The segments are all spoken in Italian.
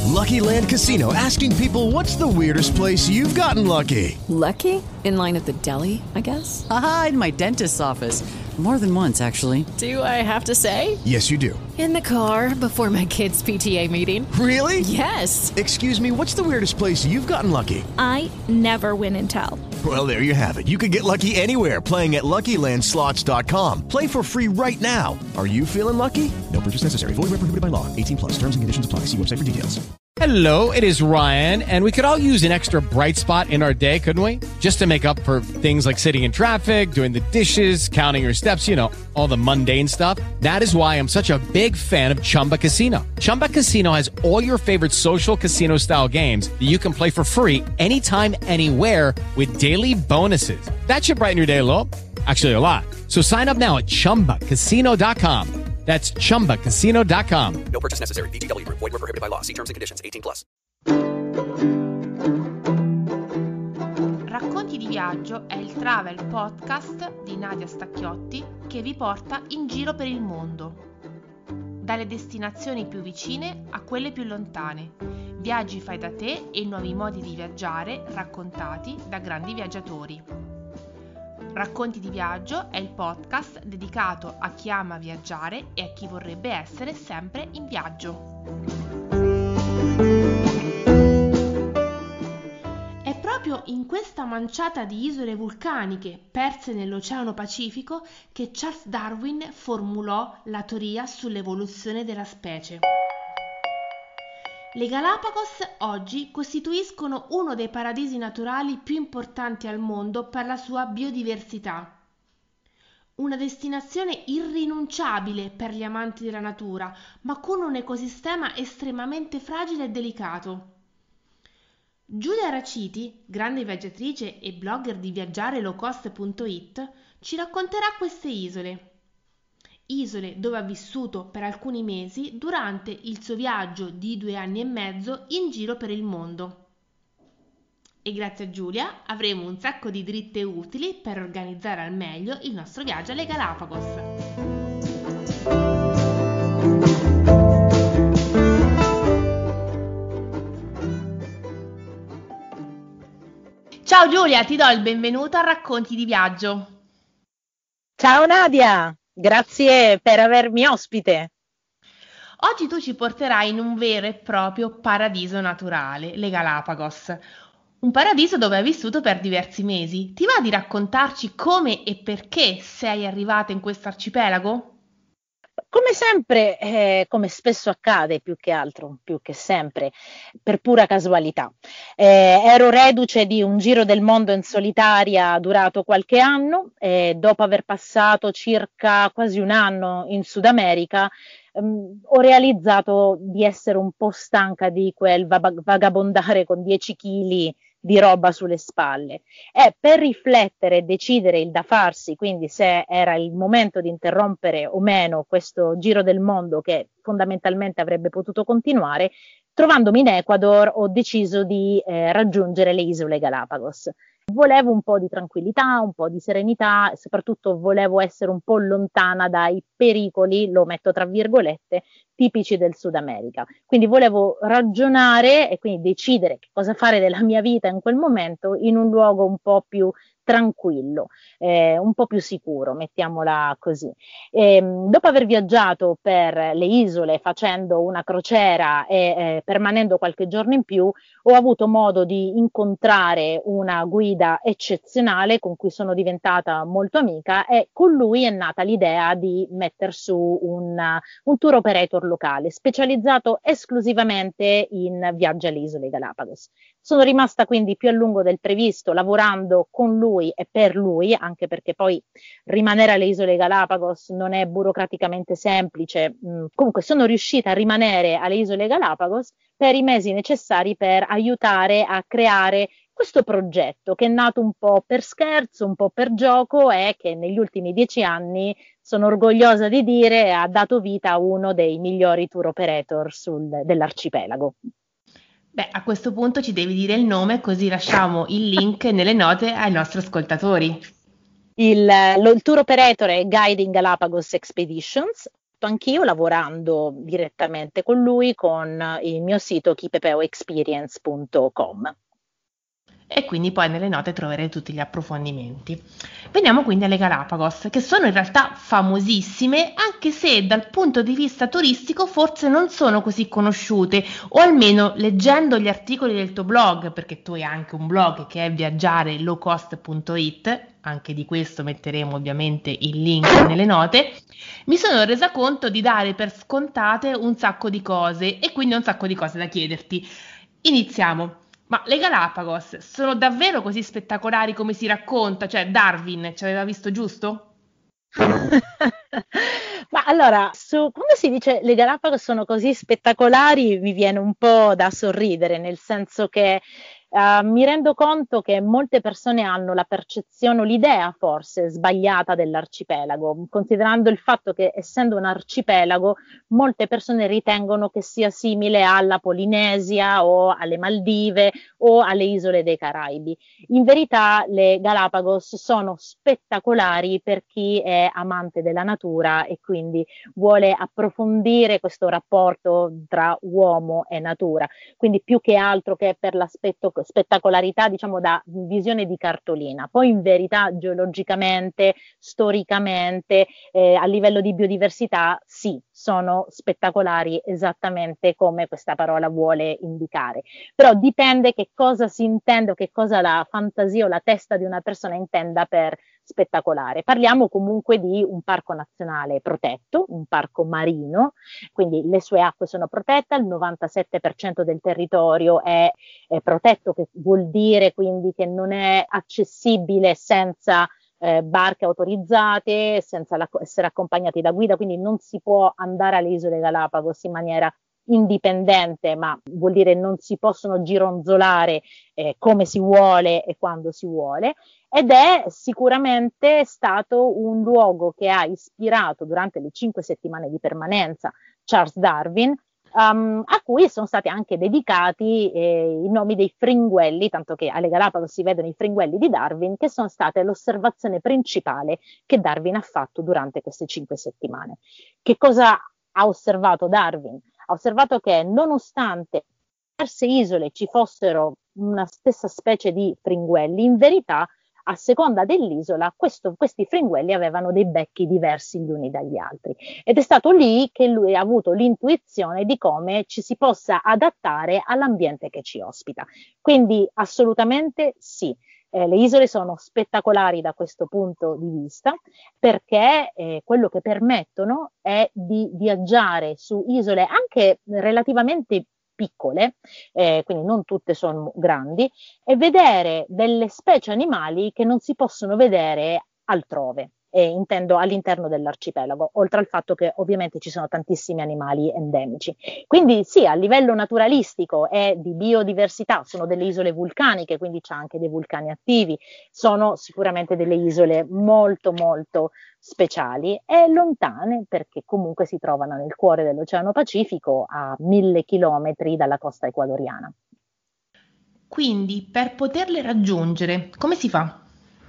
Lucky Land Casino, asking people, what's the weirdest place you've gotten lucky? Lucky? In line at the deli, I guess? Aha, in my dentist's office. More than once, actually. Do I have to say? Yes, you do. In the car before my kids' PTA meeting. Really? Yes. Excuse me, what's the weirdest place you've gotten lucky? I never win and tell. Well, there you have it. You can get lucky anywhere, playing at LuckyLandSlots.com. Play for free right now. Are you feeling lucky? No purchase necessary. Void where prohibited by law. 18 plus. Terms and conditions apply. See website for details. Hello, it is Ryan, and we could all use an extra bright spot in our day, couldn't we? Just to make up for things like sitting in traffic, doing the dishes, counting your steps, you know, all the mundane stuff. That is why I'm such a big fan of Chumba Casino. Chumba Casino has all your favorite social casino-style games that you can play for free anytime, anywhere with daily bonuses. That should brighten your day a little. Actually, a lot. So sign up now at ChumbaCasino.com. That's ChumbaCasino.com. No purchase necessary. VGW Group. Void where prohibited by law. See terms and conditions. 18 plus. Racconti di viaggio è il travel podcast di Nadia Stacchiotti che vi porta in giro per il mondo. Dalle destinazioni più vicine a quelle più lontane. Viaggi fai da te e nuovi modi di viaggiare raccontati da grandi viaggiatori. Racconti di viaggio è il podcast dedicato a chi ama viaggiare e a chi vorrebbe essere sempre in viaggio. È proprio in questa manciata di isole vulcaniche perse nell'Oceano Pacifico che Charles Darwin formulò la teoria sull'evoluzione della specie. Le Galapagos oggi costituiscono uno dei paradisi naturali più importanti al mondo per la sua biodiversità. Una destinazione irrinunciabile per gli amanti della natura, ma con un ecosistema estremamente fragile e delicato. Giulia Raciti, grande viaggiatrice e blogger di viaggiarelowcost.it, ci racconterà queste isole. Isole dove ha vissuto per alcuni mesi durante il suo viaggio di 2 anni e mezzo in giro per il mondo. E grazie a Giulia avremo un sacco di dritte utili per organizzare al meglio il nostro viaggio alle Galapagos. Ciao Giulia, ti do il benvenuto a Racconti di Viaggio. Ciao Nadia! Grazie per avermi ospite. Oggi tu ci porterai in un vero e proprio paradiso naturale, le Galapagos. Un paradiso dove hai vissuto per diversi mesi. Ti va di raccontarci come e perché sei arrivata in questo arcipelago? Come sempre, come spesso accade, più che sempre, per pura casualità. Ero reduce di un giro del mondo in solitaria durato qualche anno e dopo aver passato circa quasi un anno in Sud America, ho realizzato di essere un po' stanca di quel vagabondare con 10 kg di roba sulle spalle e per riflettere e decidere il da farsi, quindi se era il momento di interrompere o meno questo giro del mondo che fondamentalmente avrebbe potuto continuare, trovandomi in Ecuador ho deciso di raggiungere le isole Galapagos. Volevo un po' di tranquillità, un po' di serenità e soprattutto volevo essere un po' lontana dai pericoli, lo metto tra virgolette, tipici del Sud America. Quindi volevo ragionare e quindi decidere che cosa fare della mia vita in quel momento in un luogo un po' più tranquillo, un po' più sicuro, mettiamola così. Dopo aver viaggiato per le isole facendo una crociera e permanendo qualche giorno in più, ho avuto modo di incontrare una guida eccezionale con cui sono diventata molto amica e con lui è nata l'idea di mettere su un tour operator locale specializzato esclusivamente in viaggi alle isole Galapagos. Sono rimasta quindi più a lungo del previsto lavorando con lui e per lui, anche perché poi rimanere alle isole Galapagos non è burocraticamente semplice. Comunque sono riuscita a rimanere alle isole Galapagos per i mesi necessari per aiutare a creare questo progetto che è nato un po' per scherzo, un po' per gioco e che negli ultimi 10 anni, sono orgogliosa di dire, ha dato vita a uno dei migliori tour operator dell'arcipelago. Beh, a questo punto ci devi dire il nome così lasciamo il link nelle note ai nostri ascoltatori. Il tour operator è Guiding Galapagos Expeditions anch'io lavorando direttamente con lui con il mio sito kipepeoexperience.com. E quindi poi nelle note troverete tutti gli approfondimenti. Veniamo quindi alle Galapagos, che sono in realtà famosissime, anche se dal punto di vista turistico forse non sono così conosciute, o almeno leggendo gli articoli del tuo blog, perché tu hai anche un blog che è viaggiarelowcost.it, anche di questo metteremo ovviamente il link nelle note, mi sono resa conto di dare per scontate un sacco di cose e quindi ho un sacco di cose da chiederti. Iniziamo. Ma le Galapagos sono davvero così spettacolari come si racconta? Cioè, Darwin ci aveva visto giusto? Ma allora, quando si dice le Galapagos sono così spettacolari, mi viene un po' da sorridere, nel senso che mi rendo conto che molte persone hanno la percezione o l'idea forse sbagliata dell'arcipelago, considerando il fatto che essendo un arcipelago molte persone ritengono che sia simile alla Polinesia o alle Maldive o alle isole dei Caraibi. In verità le Galapagos sono spettacolari per chi è amante della natura e quindi vuole approfondire questo rapporto tra uomo e natura, quindi più che altro che per l'aspetto spettacolarità, diciamo, da visione di cartolina. Poi in verità geologicamente, storicamente, a livello di biodiversità, sì, sono spettacolari esattamente come questa parola vuole indicare. Però dipende che cosa si intende o che cosa la fantasia o la testa di una persona intenda per spettacolare. Parliamo comunque di un parco nazionale protetto, un parco marino, quindi le sue acque sono protette, il 97% del territorio è protetto, che vuol dire quindi che non è accessibile senza barche autorizzate, senza essere accompagnati da guida, quindi non si può andare alle isole Galapagos in maniera indipendente, ma vuol dire non si possono gironzolare come si vuole e quando si vuole, ed è sicuramente stato un luogo che ha ispirato durante le 5 settimane di permanenza Charles Darwin, a cui sono stati anche dedicati i nomi dei fringuelli, tanto che alle Galapagos si vedono i fringuelli di Darwin, che sono state l'osservazione principale che Darwin ha fatto durante queste 5 settimane. Che cosa ha osservato Darwin? Ha osservato che nonostante diverse isole ci fossero una stessa specie di fringuelli, in verità a seconda dell'isola questi fringuelli avevano dei becchi diversi gli uni dagli altri, ed è stato lì che lui ha avuto l'intuizione di come ci si possa adattare all'ambiente che ci ospita. Quindi assolutamente sì. Le isole sono spettacolari da questo punto di vista, perché quello che permettono è di viaggiare su isole anche relativamente piccole, quindi non tutte sono grandi, e vedere delle specie animali che non si possono vedere altrove. Intendo all'interno dell'arcipelago, oltre al fatto che ovviamente ci sono tantissimi animali endemici. Quindi sì, a livello naturalistico e di biodiversità sono delle isole vulcaniche, quindi c'è anche dei vulcani attivi, sono sicuramente delle isole molto molto speciali e lontane, perché comunque si trovano nel cuore dell'Oceano Pacifico a 1000 chilometri dalla costa ecuadoriana. Quindi per poterle raggiungere, come si fa?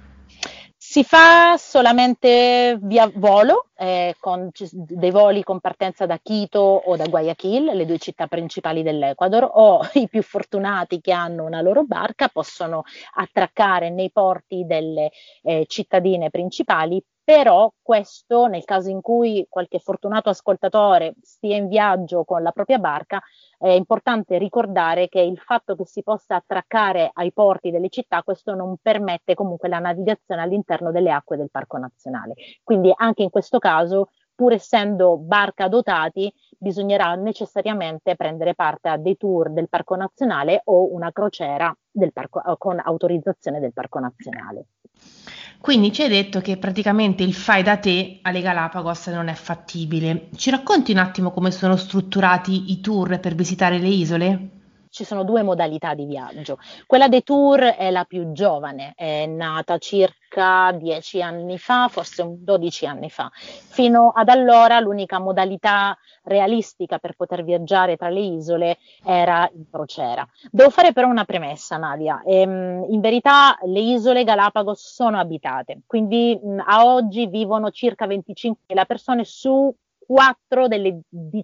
Si fa solamente via volo, con dei voli con partenza da Quito o da Guayaquil, le 2 città principali dell'Ecuador, o i più fortunati che hanno una loro barca possono attraccare nei porti delle cittadine principali. Però questo, nel caso in cui qualche fortunato ascoltatore stia in viaggio con la propria barca, è importante ricordare che il fatto che si possa attraccare ai porti delle città, questo non permette comunque la navigazione all'interno delle acque del Parco Nazionale. Quindi anche in questo caso, pur essendo barca dotati, bisognerà necessariamente prendere parte a dei tour del Parco Nazionale o una crociera del parco, con autorizzazione del Parco Nazionale. Quindi ci hai detto che praticamente il fai da te alle Galapagos non è fattibile. Ci racconti un attimo come sono strutturati i tour per visitare le isole? Ci sono 2 modalità di viaggio. Quella dei tour è la più giovane, è nata circa 10 anni fa, forse 12 anni fa. Fino ad allora l'unica modalità realistica per poter viaggiare tra le isole era in crociera. Devo fare però una premessa, Nadia. In verità le isole Galapagos sono abitate, quindi a oggi vivono circa 25.000 persone su 4 delle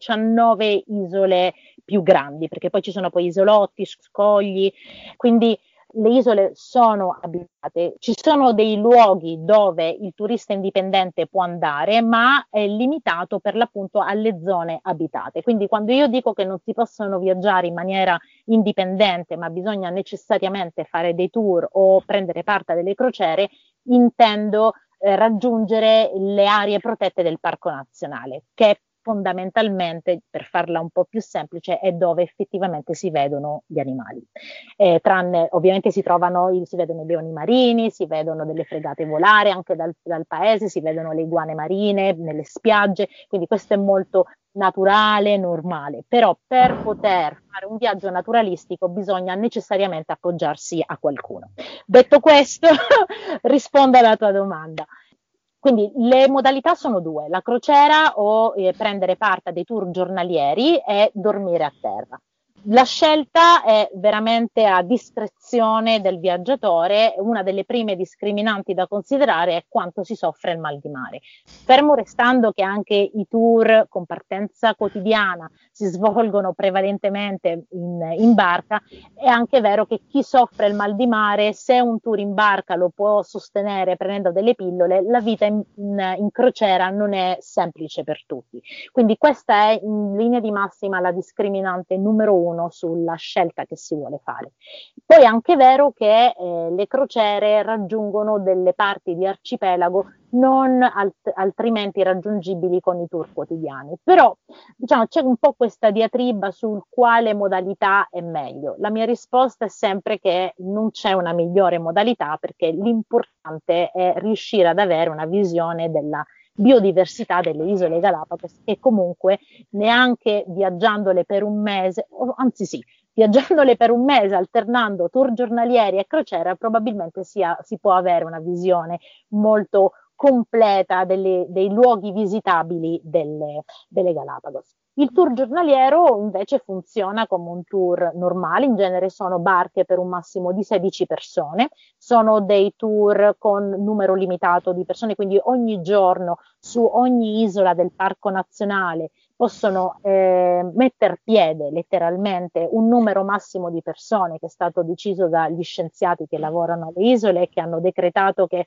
19 isole più grandi, perché poi ci sono poi isolotti, scogli, quindi le isole sono abitate, ci sono dei luoghi dove il turista indipendente può andare, ma è limitato per l'appunto alle zone abitate. Quindi quando io dico che non si possono viaggiare in maniera indipendente, ma bisogna necessariamente fare dei tour o prendere parte a delle crociere, intendo raggiungere le aree protette del Parco Nazionale, che fondamentalmente, per farla un po' più semplice, è dove effettivamente si vedono gli animali. Tranne, ovviamente si vedono i leoni marini, si vedono delle fregate volare anche dal paese, si vedono le iguane marine nelle spiagge, quindi questo è molto naturale, normale, però per poter fare un viaggio naturalistico bisogna necessariamente appoggiarsi a qualcuno. Detto questo, rispondo alla tua domanda. Quindi le modalità sono due, la crociera o prendere parte a dei tour giornalieri e dormire a terra. La scelta è veramente a discrezione del viaggiatore. Una delle prime discriminanti da considerare è quanto si soffre il mal di mare. Fermo restando che anche i tour con partenza quotidiana si svolgono prevalentemente in barca, è anche vero che chi soffre il mal di mare, se un tour in barca lo può sostenere prendendo delle pillole, la vita in crociera non è semplice per tutti. Quindi questa è in linea di massima la discriminante numero 1 sulla scelta che si vuole fare. Poi è anche vero che le crociere raggiungono delle parti di arcipelago non altrimenti raggiungibili con i tour quotidiani, però diciamo c'è un po' questa diatriba sul quale modalità è meglio. La mia risposta è sempre che non c'è una migliore modalità, perché l'importante è riuscire ad avere una visione della biodiversità delle isole Galapagos, che comunque neanche viaggiandole per un mese, anzi sì, viaggiandole per un mese alternando tour giornalieri e crociera, probabilmente si può avere una visione molto completa dei luoghi visitabili delle Galapagos. Il tour giornaliero invece funziona come un tour normale, in genere sono barche per un massimo di 16 persone, sono dei tour con numero limitato di persone, quindi ogni giorno su ogni isola del Parco Nazionale possono metter piede letteralmente un numero massimo di persone che è stato deciso dagli scienziati che lavorano alle isole e che hanno decretato che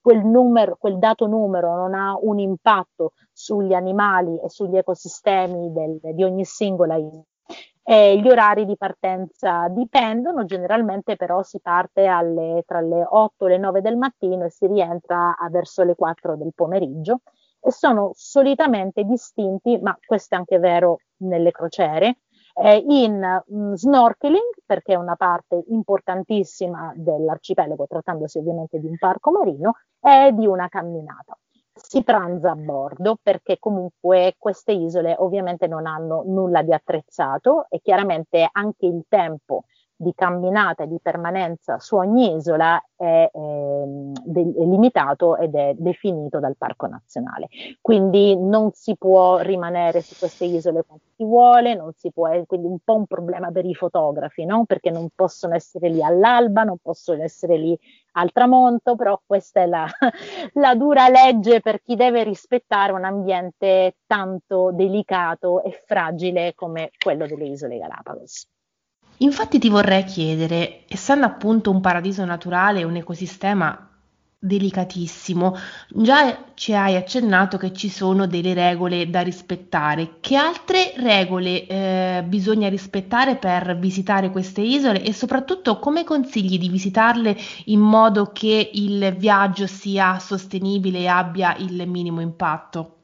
quel dato numero non ha un impatto sugli animali e sugli ecosistemi di ogni singola isola. Gli orari di partenza dipendono, generalmente però si parte tra le 8 e le 9 del mattino e si rientra verso le 4 del pomeriggio, e sono solitamente distinti, ma questo è anche vero nelle crociere, in snorkeling, perché è una parte importantissima dell'arcipelago, trattandosi ovviamente di un parco marino, e di una camminata. Si pranza a bordo, perché comunque queste isole ovviamente non hanno nulla di attrezzato e chiaramente anche il tempo di camminata e di permanenza su ogni isola è limitato ed è definito dal Parco Nazionale. Quindi non si può rimanere su queste isole quanto si vuole, non si può, è quindi un po' un problema per i fotografi, no? Perché non possono essere lì all'alba, non possono essere lì al tramonto, però questa è la dura legge per chi deve rispettare un ambiente tanto delicato e fragile come quello delle isole Galapagos. Infatti ti vorrei chiedere, essendo appunto un paradiso naturale, un ecosistema delicatissimo, già ci hai accennato che ci sono delle regole da rispettare. Che altre regole bisogna rispettare per visitare queste isole, e soprattutto come consigli di visitarle in modo che il viaggio sia sostenibile e abbia il minimo impatto?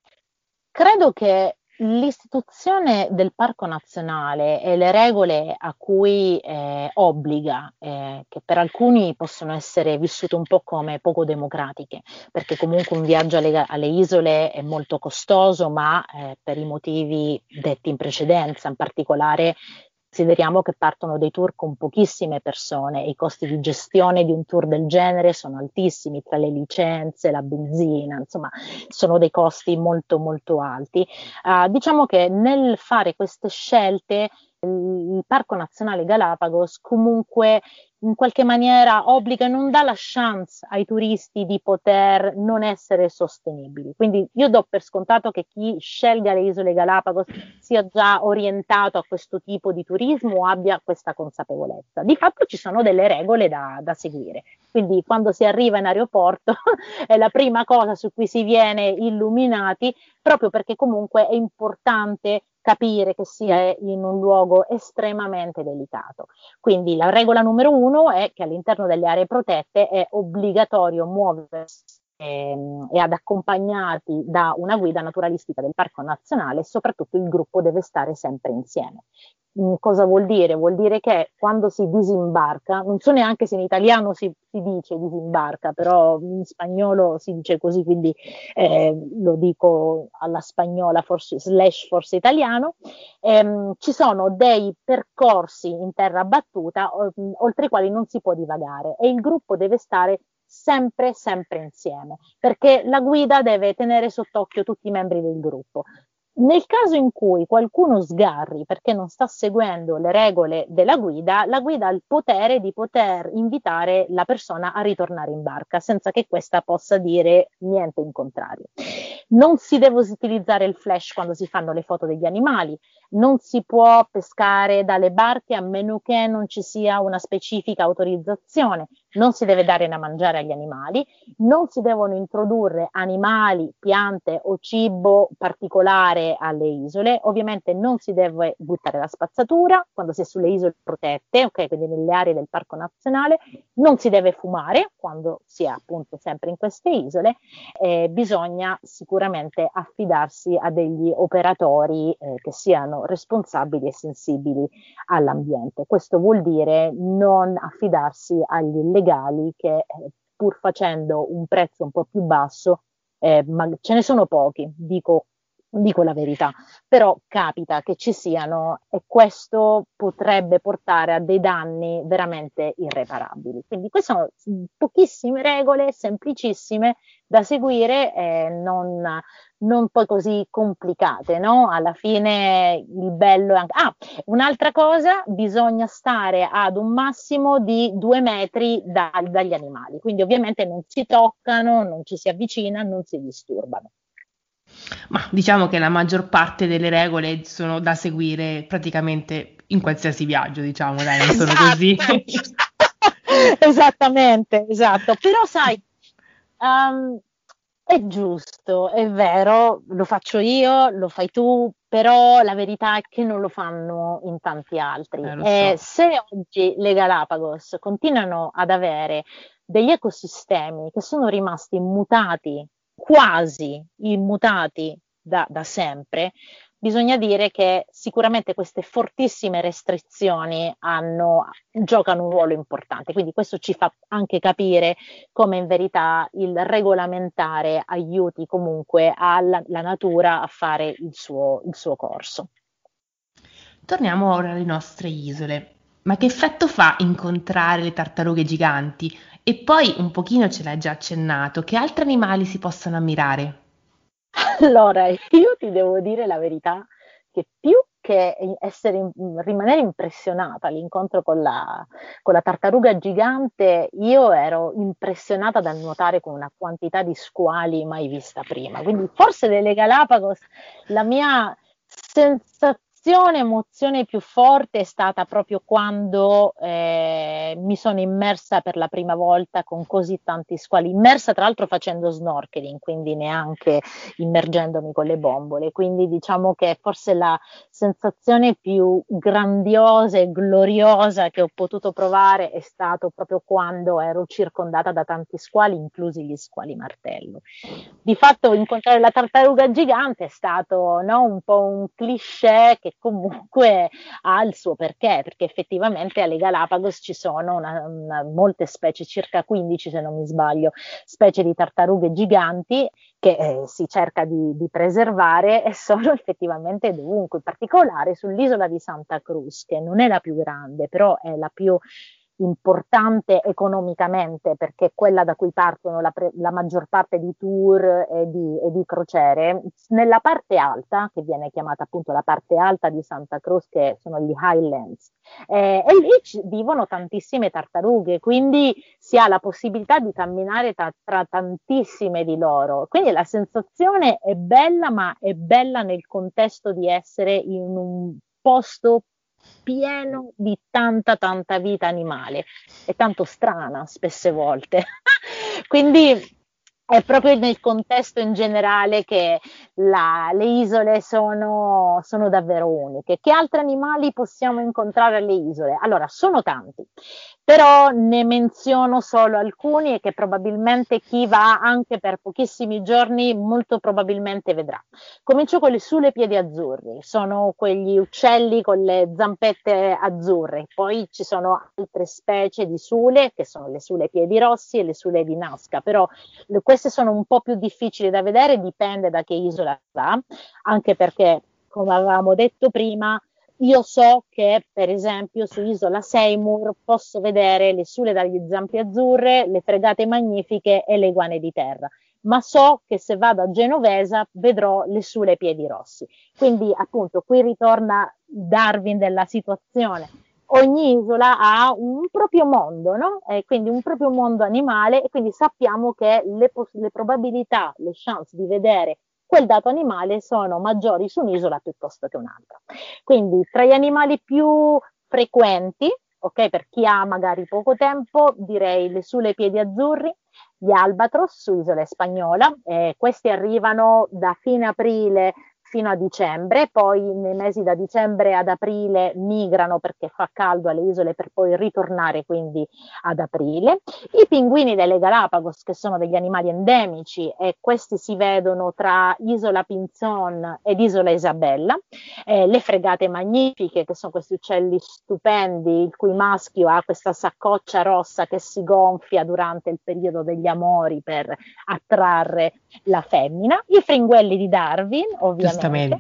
Credo che l'istituzione del Parco Nazionale e le regole a cui obbliga, che per alcuni possono essere vissute un po' come poco democratiche, perché comunque un viaggio alle isole è molto costoso, ma per i motivi detti in precedenza, in particolare consideriamo che partono dei tour con pochissime persone e i costi di gestione di un tour del genere sono altissimi, tra le licenze, la benzina, insomma sono dei costi molto molto alti. Diciamo che nel fare queste scelte il Parco Nazionale Galapagos comunque in qualche maniera obbliga e non dà la chance ai turisti di poter non essere sostenibili. Quindi io do per scontato che chi scelga le isole Galapagos sia già orientato a questo tipo di turismo o abbia questa consapevolezza. Di fatto ci sono delle regole da seguire. Quindi quando si arriva in aeroporto è la prima cosa su cui si viene illuminati, proprio perché comunque è importante capire che si è in un luogo estremamente delicato. Quindi la regola numero 1 è che all'interno delle aree protette è obbligatorio muoversi e ad accompagnati da una guida naturalistica del Parco Nazionale e soprattutto il gruppo deve stare sempre insieme. Cosa vuol dire? Vuol dire che quando si disimbarca, non so neanche se in italiano si dice disimbarca, però in spagnolo si dice così, quindi lo dico alla spagnola, forse italiano, ci sono dei percorsi in terra battuta oltre i quali non si può divagare e il gruppo deve stare sempre insieme, perché la guida deve tenere sott'occhio tutti i membri del gruppo. Nel caso in cui qualcuno sgarri perché non sta seguendo le regole della guida, la guida ha il potere di poter invitare la persona a ritornare in barca senza che questa possa dire niente in contrario. Non si deve utilizzare il flash quando si fanno le foto degli animali, non si può pescare dalle barche a meno che non ci sia una specifica autorizzazione, non si deve dare da mangiare agli animali, non si devono introdurre animali, piante o cibo particolare alle isole, ovviamente non si deve buttare la spazzatura quando si è sulle isole protette, ok, quindi nelle aree del Parco Nazionale, non si deve fumare quando si è appunto sempre in queste isole, bisogna sicuramente affidarsi a degli operatori che siano responsabili e sensibili all'ambiente. Questo vuol dire non affidarsi agli illegali che pur facendo un prezzo un po' più basso, ma ce ne sono pochi, dico la verità, però capita che ci siano e questo potrebbe portare a dei danni veramente irreparabili. Quindi queste sono pochissime regole, semplicissime da seguire, non poi così complicate, no? Alla fine il bello è anche... un'altra cosa, bisogna stare ad un massimo di 2 metri dagli animali, quindi ovviamente non si toccano, non ci si avvicinano, non si disturbano. Ma diciamo che la maggior parte delle regole sono da seguire praticamente in qualsiasi viaggio, diciamo, dai, non sono così. Esattamente, esatto. Però sai, è giusto, è vero, lo faccio io, lo fai tu, però la verità è che non lo fanno in tanti altri. So. Se oggi le Galapagos continuano ad avere degli ecosistemi che sono rimasti immutati, quasi immutati da sempre, bisogna dire che sicuramente queste fortissime restrizioni giocano un ruolo importante, quindi questo ci fa anche capire come in verità il regolamentare aiuti comunque la natura a fare il suo corso. Torniamo ora alle nostre isole. Ma che effetto fa incontrare le tartarughe giganti? E poi un pochino ce l'hai già accennato, che altri animali si possono ammirare? Allora, io ti devo dire la verità, che più che rimanere impressionata all'incontro con la tartaruga gigante, io ero impressionata dal nuotare con una quantità di squali mai vista prima. Quindi forse delle Galapagos la mia emozione più forte è stata proprio quando mi sono immersa per la prima volta con così tanti squali, immersa tra l'altro facendo snorkeling, quindi neanche immergendomi con le bombole, quindi diciamo che forse la sensazione più grandiosa e gloriosa che ho potuto provare è stato proprio quando ero circondata da tanti squali, inclusi gli squali martello. Di fatto incontrare la tartaruga gigante è stato, no, un po' un cliché che comunque ha il suo perché effettivamente alle Galapagos ci sono molte specie, circa 15 se non mi sbaglio, specie di tartarughe giganti che si cerca di preservare e sono effettivamente dovunque, in particolare sull'isola di Santa Cruz, che non è la più grande, però è la più importante economicamente, perché è quella da cui partono la maggior parte di tour e di crociere. Nella parte alta, che viene chiamata appunto la parte alta di Santa Cruz, che sono gli Highlands, e lì vivono tantissime tartarughe, quindi si ha la possibilità di camminare tra tantissime di loro. Quindi la sensazione è bella, ma è bella nel contesto di essere in un posto pieno di tanta vita animale, è tanto strana spesse volte. Quindi è proprio nel contesto in generale che le isole sono davvero uniche. Che altri animali possiamo incontrare alle isole? Allora, sono tanti, però ne menziono solo alcuni e che probabilmente chi va anche per pochissimi giorni molto probabilmente vedrà. Comincio con le sule piedi azzurri, sono quegli uccelli con le zampette azzurre, poi ci sono altre specie di sule che sono le sule piedi rossi e le sule di Nazca, però queste sono un po' più difficili da vedere, dipende da che isola va, anche perché, come avevamo detto prima, io so che per esempio su Isola Seymour posso vedere le sule dagli zampe azzurre, le fregate magnifiche e le iguane di terra, ma so che se vado a Genovesa vedrò le sule piedi rossi. Quindi appunto qui ritorna Darwin della situazione. Ogni isola ha un proprio mondo, no? Quindi un proprio mondo animale, e quindi sappiamo che le probabilità, le chance di vedere quel dato animale sono maggiori su un'isola piuttosto che un'altra. Quindi tra gli animali più frequenti, ok, per chi ha magari poco tempo, direi le sule piedi azzurri, gli albatros su Isola Spagnola, questi arrivano da fine aprile fino a dicembre, poi nei mesi da dicembre ad aprile migrano perché fa caldo alle isole per poi ritornare quindi ad aprile. I pinguini delle Galapagos, che sono degli animali endemici, e questi si vedono tra Isola Pinzón ed Isola Isabella. Le fregate magnifiche, che sono questi uccelli stupendi, il cui maschio ha questa saccoccia rossa che si gonfia durante il periodo degli amori per attrarre la femmina. I fringuelli di Darwin, ovviamente.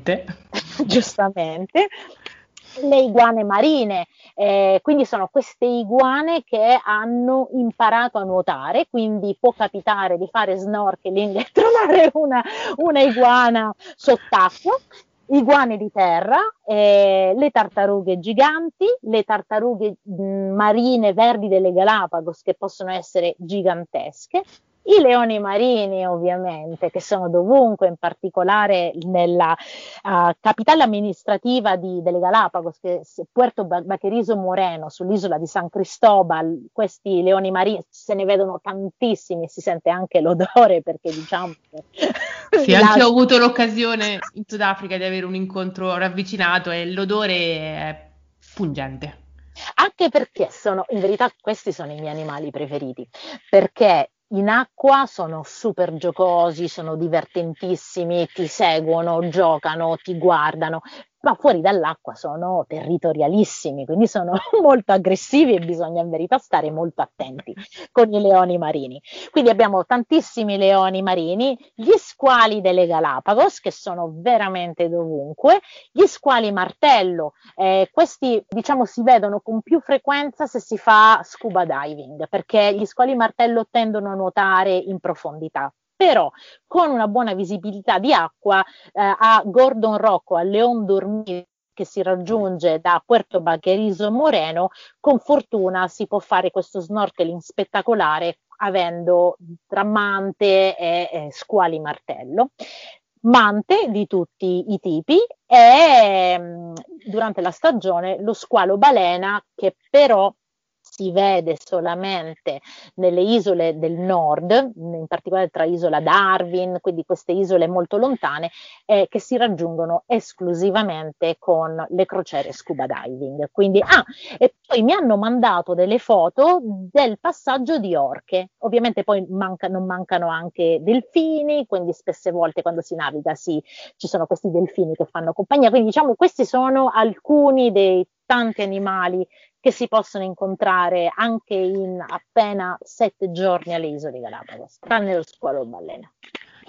Giustamente. Le iguane marine, quindi sono queste iguane che hanno imparato a nuotare, quindi può capitare di fare snorkeling e trovare una iguana sott'acqua. Iguane di terra, le tartarughe giganti, le tartarughe marine verdi delle Galapagos, che possono essere gigantesche, i leoni marini ovviamente, che sono dovunque, in particolare nella capitale amministrativa delle Galapagos, che è Puerto Baquerizo Moreno, sull'isola di San Cristobal. Questi leoni marini se ne vedono tantissimi, si sente anche l'odore, perché diciamo sì, anche io ho avuto l'occasione in Sudafrica di avere un incontro ravvicinato e l'odore è pungente. Anche perché in verità questi sono i miei animali preferiti, perché in acqua sono super giocosi, sono divertentissimi, ti seguono, giocano, ti guardano, ma fuori dall'acqua sono territorialissimi, quindi sono molto aggressivi e bisogna in verità stare molto attenti con i leoni marini. Quindi abbiamo tantissimi leoni marini, gli squali delle Galapagos, che sono veramente dovunque, gli squali martello, questi diciamo si vedono con più frequenza se si fa scuba diving, perché gli squali martello tendono a nuotare in profondità. Però con una buona visibilità di acqua a Gordon Rock, a León Dormido, che si raggiunge da Puerto Baquerizo Moreno, con fortuna si può fare questo snorkeling spettacolare avendo tra mante e squali martello. Mante di tutti i tipi e durante la stagione lo squalo balena, che però si vede solamente nelle isole del nord, in particolare tra Isola Darwin, quindi queste isole molto lontane, che si raggiungono esclusivamente con le crociere scuba diving. Quindi, e poi mi hanno mandato delle foto del passaggio di orche. Ovviamente poi non mancano anche delfini, quindi spesse volte quando si naviga ci sono questi delfini che fanno compagnia. Quindi diciamo questi sono alcuni dei tanti animali che si possono incontrare anche in appena 7 giorni alle isole Galapagos, tranne lo squalo balena.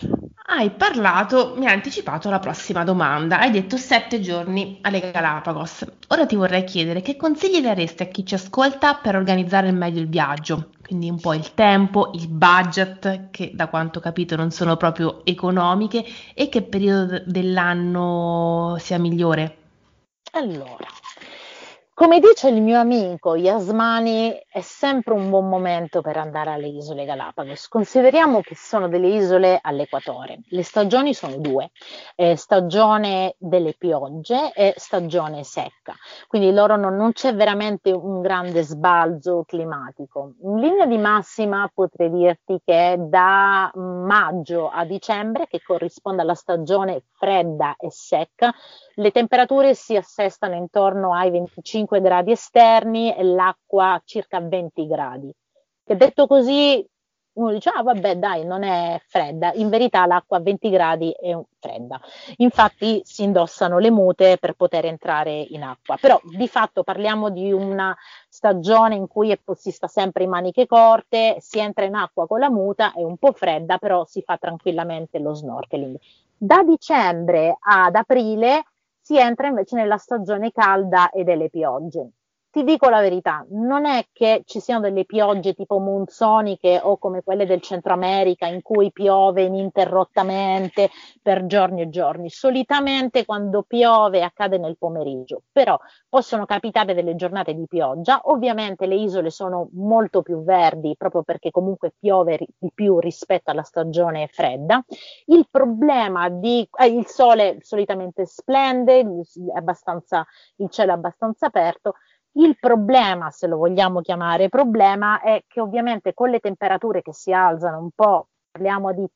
Mi hai anticipato la prossima domanda. Hai detto 7 giorni alle Galapagos. Ora ti vorrei chiedere che consigli daresti a chi ci ascolta per organizzare al meglio il viaggio? Quindi un po' il tempo, il budget, che da quanto ho capito non sono proprio economiche, e che periodo dell'anno sia migliore? Allora, come dice il mio amico Yasmani, è sempre un buon momento per andare alle isole Galapagos. Consideriamo che sono delle isole all'equatore. Le stagioni sono due, stagione delle piogge e stagione secca. Quindi non c'è veramente un grande sbalzo climatico. In linea di massima potrei dirti che da maggio a dicembre, che corrisponde alla stagione fredda e secca, le temperature si assestano intorno ai 25 gradi esterni e l'acqua a circa 20 gradi. E detto così, uno dice, ah vabbè dai, non è fredda. In verità l'acqua a 20 gradi è fredda. Infatti si indossano le mute per poter entrare in acqua. Però di fatto parliamo di una stagione in cui si sta sempre in maniche corte, si entra in acqua con la muta, è un po' fredda, però si fa tranquillamente lo snorkeling. Da dicembre ad aprile si entra invece nella stagione calda e delle piogge. Ti dico la verità, non è che ci siano delle piogge tipo monsoniche o come quelle del Centro America in cui piove ininterrottamente per giorni e giorni. Solitamente quando piove accade nel pomeriggio, però possono capitare delle giornate di pioggia. Ovviamente le isole sono molto più verdi proprio perché comunque piove di più rispetto alla stagione fredda. Il problema il sole solitamente splende, il cielo è abbastanza aperto. Il problema, se lo vogliamo chiamare problema, è che ovviamente con le temperature che si alzano un po', parliamo di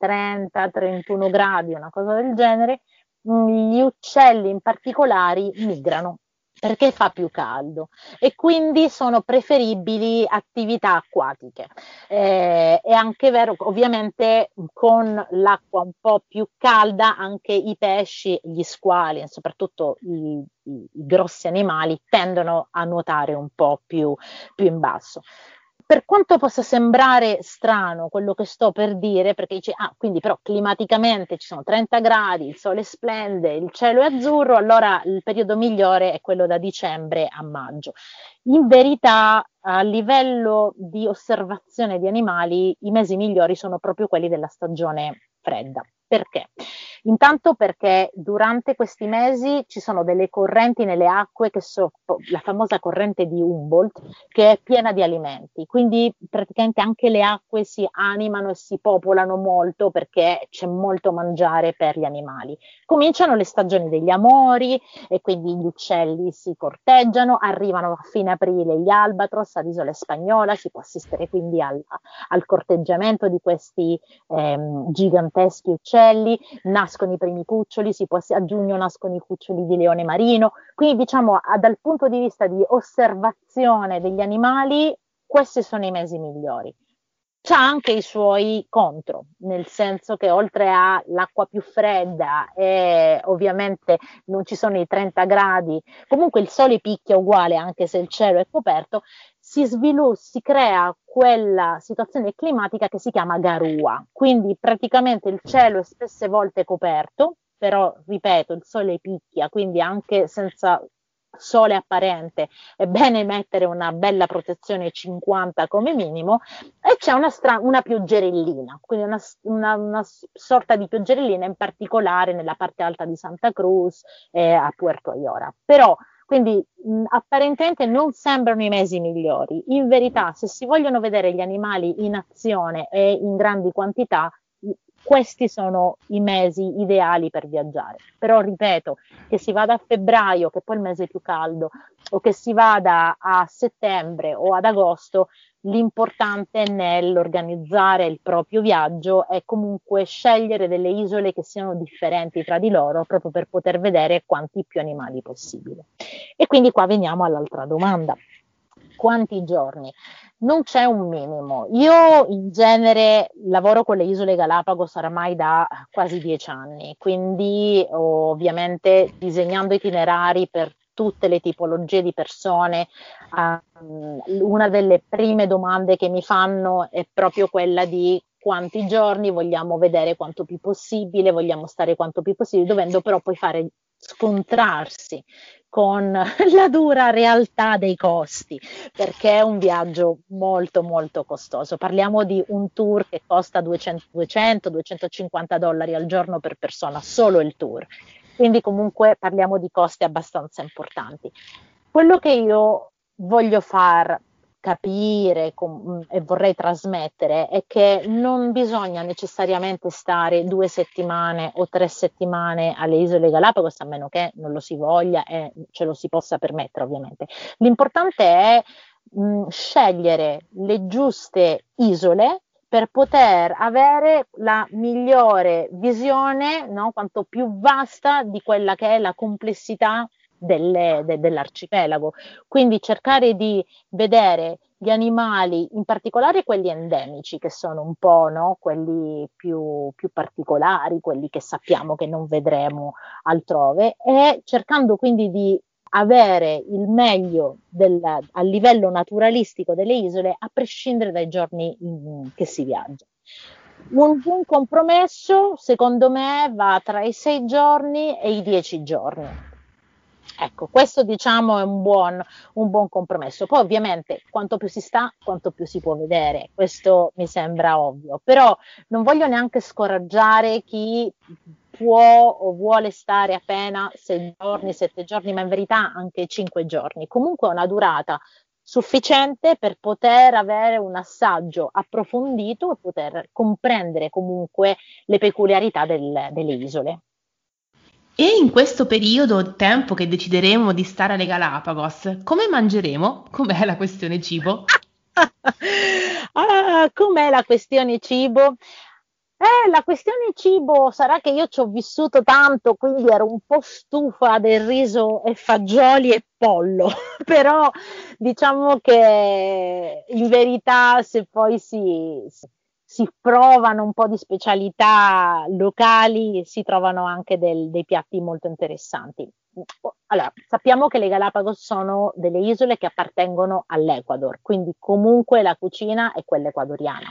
30-31 gradi, una cosa del genere, gli uccelli in particolare migrano perché fa più caldo e quindi sono preferibili attività acquatiche. È anche vero, ovviamente con l'acqua un po' più calda anche i pesci, gli squali, soprattutto i grossi animali, tendono a nuotare un po' più in basso. Per quanto possa sembrare strano quello che sto per dire, perché dici, quindi però climaticamente ci sono 30 gradi, il sole splende, il cielo è azzurro, allora il periodo migliore è quello da dicembre a maggio. In verità, a livello di osservazione di animali, i mesi migliori sono proprio quelli della stagione fredda. Perché? Intanto perché durante questi mesi ci sono delle correnti nelle acque che sono la famosa corrente di Humboldt, che è piena di alimenti, quindi praticamente anche le acque si animano e si popolano molto perché c'è molto mangiare per gli animali. Cominciano le stagioni degli amori e quindi gli uccelli si corteggiano, arrivano a fine aprile gli albatros all'isola spagnola, si può assistere quindi al corteggiamento di questi giganteschi uccelli, nascono i primi cuccioli, a giugno nascono i cuccioli di leone marino, quindi diciamo dal punto di vista di osservazione degli animali questi sono i mesi migliori. C'ha anche i suoi contro, nel senso che oltre all'acqua più fredda e ovviamente non ci sono i 30 gradi, comunque il sole picchia uguale anche se il cielo è coperto, si crea quella situazione climatica che si chiama garua, quindi praticamente il cielo è spesse volte coperto, però ripeto il sole picchia, quindi anche senza sole apparente è bene mettere una bella protezione 50 come minimo, e c'è una pioggerellina, quindi una sorta di pioggerellina in particolare nella parte alta di Santa Cruz e a Puerto Ayora, però quindi apparentemente non sembrano i mesi migliori. In verità, se si vogliono vedere gli animali in azione e in grandi quantità, questi sono i mesi ideali per viaggiare. Però ripeto, che si vada a febbraio, che poi è il mese più caldo, o che si vada a settembre o ad agosto, l'importante nell'organizzare il proprio viaggio è comunque scegliere delle isole che siano differenti tra di loro, proprio per poter vedere quanti più animali possibile. E quindi qua veniamo all'altra domanda. Quanti giorni? Non c'è un minimo. Io in genere lavoro con le isole Galapagos oramai da quasi 10 anni, quindi ovviamente disegnando itinerari per tutte le tipologie di persone. Una delle prime domande che mi fanno è proprio quella di quanti giorni, vogliamo vedere quanto più possibile, vogliamo stare quanto più possibile, dovendo però poi scontrarsi con la dura realtà dei costi, perché è un viaggio molto molto costoso. Parliamo di un tour che costa 200-250 dollari al giorno per persona, solo il tour. Quindi comunque parliamo di costi abbastanza importanti. Quello che io voglio far capire e vorrei trasmettere è che non bisogna necessariamente stare 2 settimane o 3 settimane alle Isole Galapagos, a meno che non lo si voglia e ce lo si possa permettere, ovviamente. L'importante è scegliere le giuste isole per poter avere la migliore visione, no? Quanto più vasta di quella che è la complessità dell'arcipelago. Quindi cercare di vedere gli animali, in particolare quelli endemici, che sono un po', no? Quelli più particolari, quelli che sappiamo che non vedremo altrove, e cercando quindi di avere il meglio a livello naturalistico delle isole, a prescindere dai giorni che si viaggia. Un buon compromesso, secondo me, va tra i 6 giorni e i 10 giorni. Ecco, questo diciamo è un buon compromesso. Poi ovviamente quanto più si sta, quanto più si può vedere, questo mi sembra ovvio, però non voglio neanche scoraggiare chi può o vuole stare appena 6 giorni, 7 giorni, ma in verità anche 5 giorni. Comunque è una durata sufficiente per poter avere un assaggio approfondito e poter comprendere comunque le peculiarità delle isole. E in questo periodo, tempo che decideremo di stare alle Galapagos, come mangeremo? Com'è la questione cibo? Com'è la questione cibo? La questione cibo sarà che io ci ho vissuto tanto, quindi ero un po' stufa del riso e fagioli e pollo, però diciamo che in verità se poi si provano un po' di specialità locali, si trovano anche dei piatti molto interessanti. Allora, sappiamo che le Galapagos sono delle isole che appartengono all'Ecuador, quindi comunque la cucina è quella ecuadoriana.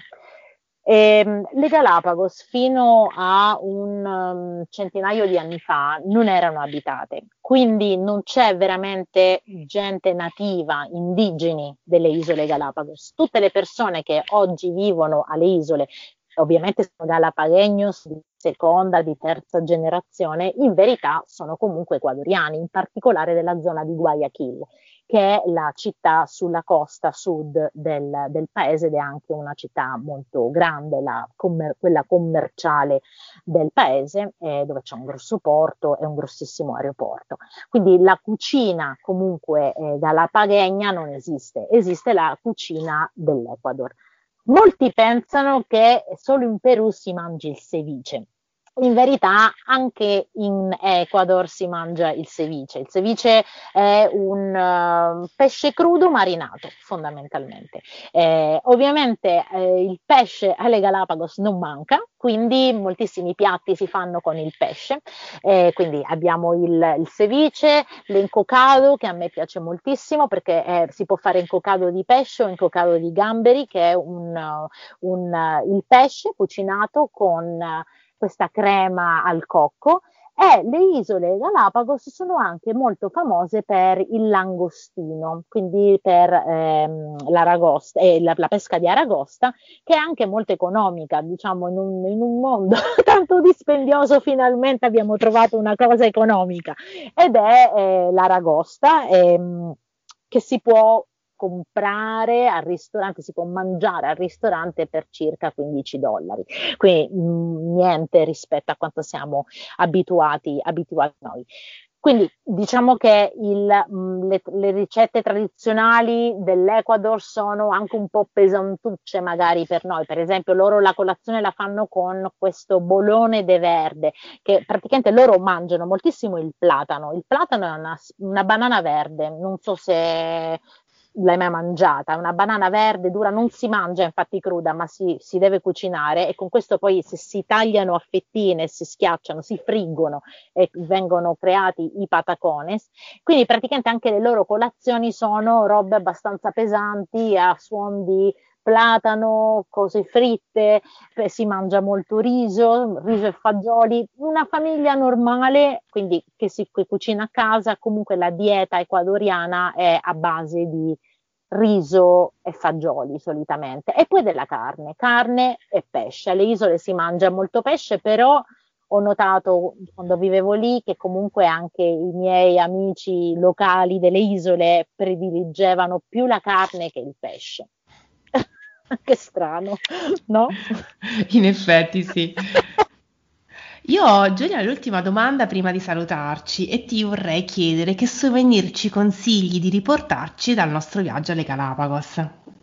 Le Galapagos fino a un centinaio di anni fa non erano abitate, quindi non c'è veramente gente nativa, indigeni delle isole Galapagos. Tutte le persone che oggi vivono alle isole, ovviamente sono galapagheños di seconda, di terza generazione, in verità sono comunque ecuadoriani, in particolare della zona di Guayaquil, che è la città sulla costa sud del paese ed è anche una città molto grande, quella commerciale del paese, dove c'è un grosso porto e un grossissimo aeroporto. Quindi la cucina comunque galapagheña non esiste, esiste la cucina dell'Ecuador. Molti pensano che solo in Perù si mangi il ceviche. In verità anche in Ecuador si mangia il ceviche. Il ceviche è un pesce crudo marinato fondamentalmente. Ovviamente il pesce alle Galapagos non manca, quindi moltissimi piatti si fanno con il pesce. Quindi abbiamo il ceviche, l'encocado che a me piace moltissimo perché si può fare encocado di pesce o encocado di gamberi, che è il pesce cucinato con questa crema al cocco. E le isole Galapagos sono anche molto famose per il langostino, quindi per l'aragosta, la pesca di aragosta, che è anche molto economica, diciamo in un mondo tanto dispendioso finalmente abbiamo trovato una cosa economica, ed è l'aragosta che si può comprare al ristorante, si può mangiare al ristorante per circa 15 dollari, quindi niente rispetto a quanto siamo abituati noi. Quindi diciamo che le ricette tradizionali dell'Ecuador sono anche un po' pesantucce magari per noi. Per esempio loro la colazione la fanno con questo bolone de verde, che praticamente loro mangiano moltissimo il platano. Il platano è una banana verde, non so se l'hai mai mangiata, è una banana verde dura, non si mangia infatti cruda, ma si deve cucinare, e con questo poi se si tagliano a fettine, si schiacciano, si friggono e vengono creati i patacones. Quindi praticamente anche le loro colazioni sono robe abbastanza pesanti, a suon di platano, cose fritte, si mangia molto riso e fagioli, una famiglia normale, quindi che cucina a casa. Comunque la dieta ecuadoriana è a base di riso e fagioli solitamente, e poi della carne e pesce. Alle isole si mangia molto pesce, però ho notato quando vivevo lì che comunque anche i miei amici locali delle isole prediligevano più la carne che il pesce. Che strano, no? In effetti sì. Io ho, Giulia, l'ultima domanda prima di salutarci e ti vorrei chiedere che souvenir ci consigli di riportarci dal nostro viaggio alle Galapagos.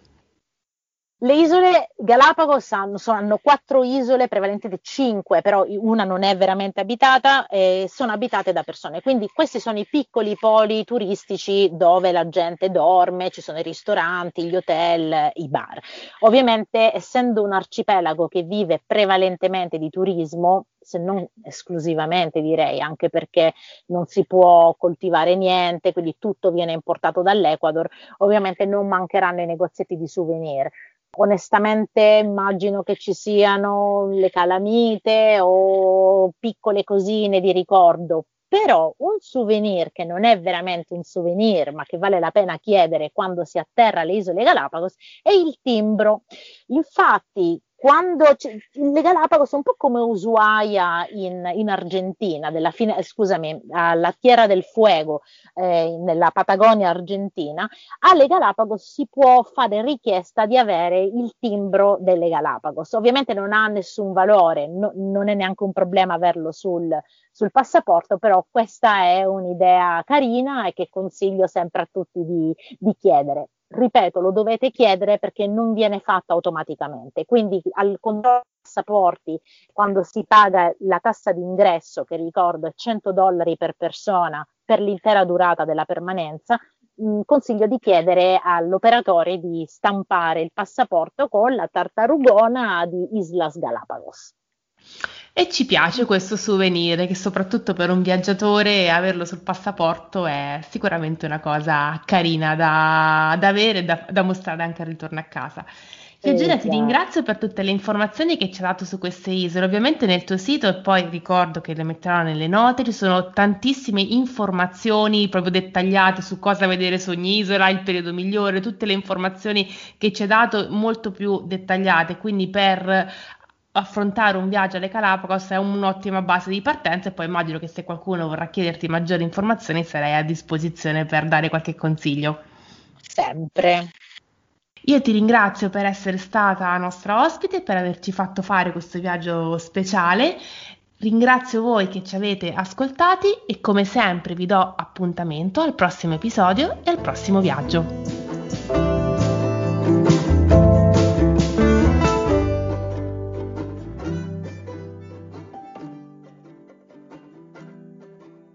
Le isole Galapagos hanno 4 isole, prevalentemente 5, però una non è veramente abitata, sono abitate da persone, quindi questi sono i piccoli poli turistici dove la gente dorme, ci sono i ristoranti, gli hotel, i bar. Ovviamente, essendo un arcipelago che vive prevalentemente di turismo, se non esclusivamente direi, anche perché non si può coltivare niente, quindi tutto viene importato dall'Ecuador, ovviamente non mancheranno i negozietti di souvenir. Onestamente immagino che ci siano le calamite o piccole cosine di ricordo, però un souvenir che non è veramente un souvenir, ma che vale la pena chiedere quando si atterra alle isole Galapagos, è il timbro. Infatti, le Galapagos sono un po' come Ushuaia in Argentina, alla Tierra del Fuego, nella Patagonia argentina. Alle Galapagos si può fare richiesta di avere il timbro delle Galapagos. Ovviamente non ha nessun valore, non è neanche un problema averlo sul passaporto, però questa è un'idea carina e che consiglio sempre a tutti di chiedere. Ripeto, lo dovete chiedere perché non viene fatto automaticamente, quindi al controllo dei passaporti, quando si paga la tassa d'ingresso, che ricordo è $100 per persona per l'intera durata della permanenza, consiglio di chiedere all'operatore di stampare il passaporto con la tartarugona di Islas Galapagos. E ci piace questo souvenir, che soprattutto per un viaggiatore averlo sul passaporto è sicuramente una cosa carina da avere e da mostrare anche al ritorno a casa. Io Giulia ti ringrazio per tutte le informazioni che ci hai dato su queste isole. Ovviamente nel tuo sito, e poi ricordo che le metterò nelle note, ci sono tantissime informazioni proprio dettagliate su cosa vedere su ogni isola, il periodo migliore, tutte le informazioni che ci hai dato molto più dettagliate, quindi per affrontare un viaggio alle Galapagos è un'ottima base di partenza, e poi immagino che se qualcuno vorrà chiederti maggiori informazioni sarai a disposizione per dare qualche consiglio. Sempre. Io ti ringrazio per essere stata nostra ospite e per averci fatto fare questo viaggio speciale. Ringrazio voi che ci avete ascoltati e come sempre vi do appuntamento al prossimo episodio e al prossimo viaggio.